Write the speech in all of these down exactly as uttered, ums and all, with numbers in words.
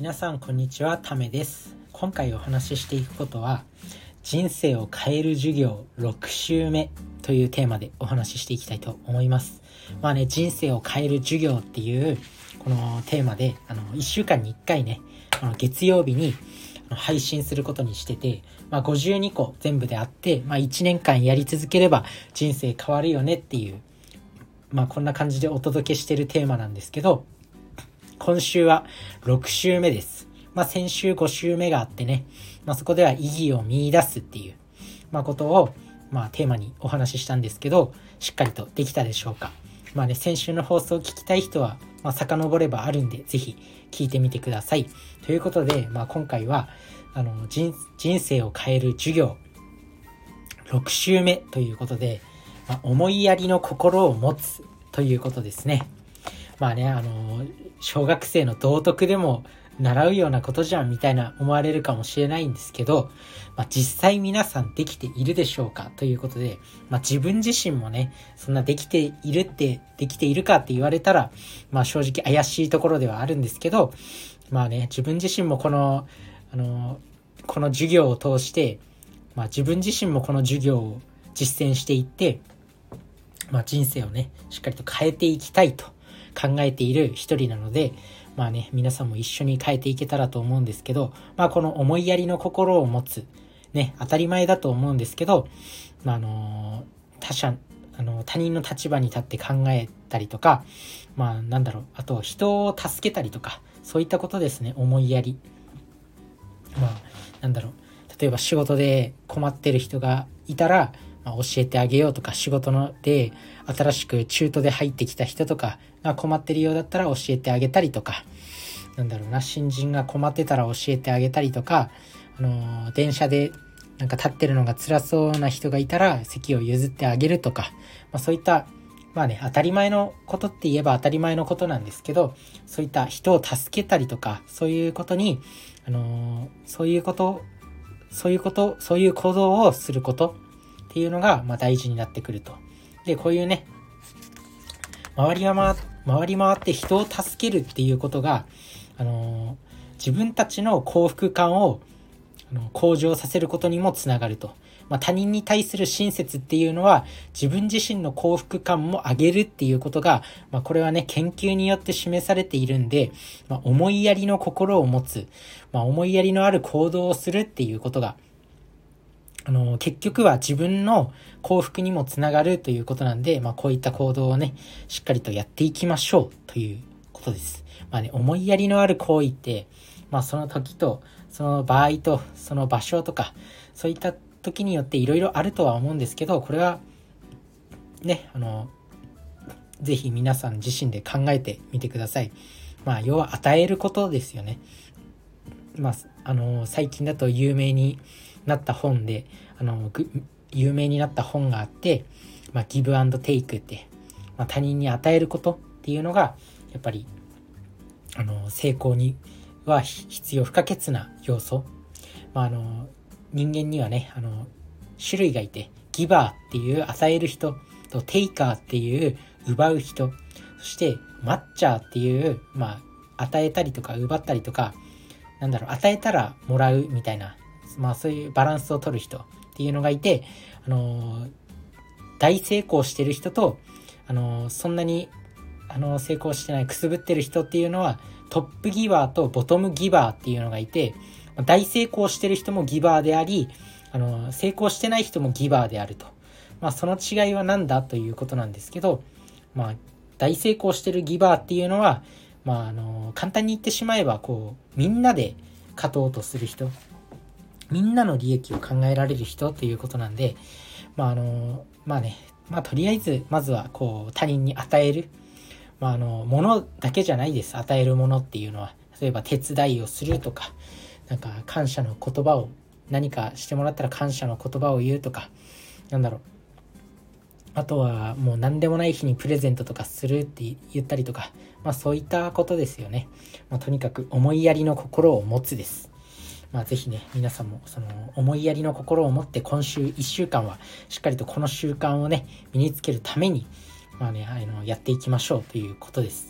皆さんこんにちは、ためです。今回お話ししていくことは人生を変える授業ろく週目というテーマでお話ししていきたいと思います。まあね、人生を変える授業っていうこのテーマであのいっしゅうかんにいっかいね、あの月曜日に配信することにしてて、まあ、ごじゅうにこ全部であって、まあ、いちねんかんやり続ければ人生変わるよねっていう、まあ、こんな感じでお届けしてるテーマなんですけど、今週はろく週目です。まあ、先週ご週目があってね、まあ、そこでは意義を見出すっていう、まあ、ことを、まあ、テーマにお話ししたんですけど、しっかりとできたでしょうか。まあね、先週の放送を聞きたい人は、まあ、遡ればあるんで、ぜひ聞いてみてください。ということで、まあ、今回はあの 人, 人生を変える授業ろく週目ということで、まあ、思いやりの心を持つということですね。まあね、あの小学生の道徳でも習うようなことじゃんみたいな思われるかもしれないんですけど、まあ、実際皆さんできているでしょうかということで、まあ、自分自身もね、そんなできているってできているかって言われたら、まあ、正直怪しいところではあるんですけど、まあね、自分自身もこのあのこの授業を通して、まあ、自分自身もこの授業を実践していって、まあ、人生をねしっかりと変えていきたいと考えている一人なので、まあね、皆さんも一緒に変えていけたらと思うんですけど、まあこの思いやりの心を持つね、当たり前だと思うんですけど、まああの他者あの他人の立場に立って考えたりとか、まあなんだろう、あと人を助けたりとか、そういったことですね。思いやり、まあなんだろう、例えば仕事で困ってる人がいたら、まあ、教えてあげようとか、仕事ので新しく中途で入ってきた人とかが困ってるようだったら教えてあげたりとか、なんだろうな、新人が困ってたら教えてあげたりとか、あのー、電車でなんか立ってるのが辛そうな人がいたら席を譲ってあげるとか、まあ、そういったまあね、当たり前のことって言えば当たり前のことなんですけど、そういった人を助けたりとか、そういうことに、あのー、そういうことそういうことそういう行動をすることっていうのがまあ大事になってくると。で、こういうね、回り回回り回って人を助けるっていうことが、あのー、自分たちの幸福感をあの向上させることにもつながると。まあ、他人に対する親切っていうのは自分自身の幸福感も上げるっていうことが、まあ、これはね研究によって示されているんで、まあ、思いやりの心を持つ、まあ、思いやりのある行動をするっていうことが、あの結局は自分の幸福にもつながるということなんで、まあ、こういった行動をねしっかりとやっていきましょうということです。まあね、思いやりのある行為って、まあ、その時とその場合とその場所とかそういった時によっていろいろあるとは思うんですけど、これはね、あのぜひ皆さん自身で考えてみてください。まあ要は与えることですよね。まああの最近だと有名になった本で、あの有名になった本があって、まあ、ギブアンドテイクって、まあ、他人に与えることっていうのがやっぱりあの成功には必要不可欠な要素。まあ、あの人間にはね、あの種類がいて、ギバーっていう与える人とテイカーっていう奪う人、そしてマッチャーっていう、まあ、与えたりとか奪ったりとか、なんだろう、与えたらもらうみたいな、まあそういうバランスを取る人っていうのがいて、あの大成功してる人と、あのそんなにあの成功してないくすぶってる人っていうのはトップギバーとボトムギバーっていうのがいて、大成功してる人もギバーであり、あの成功してない人もギバーであると。まあその違いは何だということなんですけど、まあ大成功してるギバーっていうのは、まああの簡単に言ってしまえば、こうみんなで勝とうとする人、みんなの利益を考えられる人ということなんで、まああのまあね、まあとりあえずまずはこう他人に与える、まああの物だけじゃないです。与えるものっていうのは、例えば手伝いをするとか、なんか感謝の言葉を、何かしてもらったら感謝の言葉を言うとか、なんだろう、あとはもう何でもない日にプレゼントとかするって言ったりとか、まあそういったことですよね。まあ、とにかく思いやりの心を持つです。まあぜひね、皆さんもその思いやりの心を持って今週いっしゅうかんはしっかりとこの習慣をね身につけるために、まあね、あのやっていきましょうということです。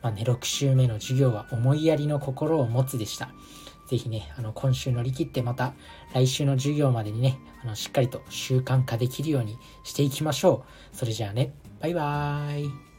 まあね、ろく週目の授業は思いやりの心を持つでした。ぜひね、あの今週乗り切ってまた来週の授業までにね、あのしっかりと習慣化できるようにしていきましょう。それじゃあね、バイバーイ。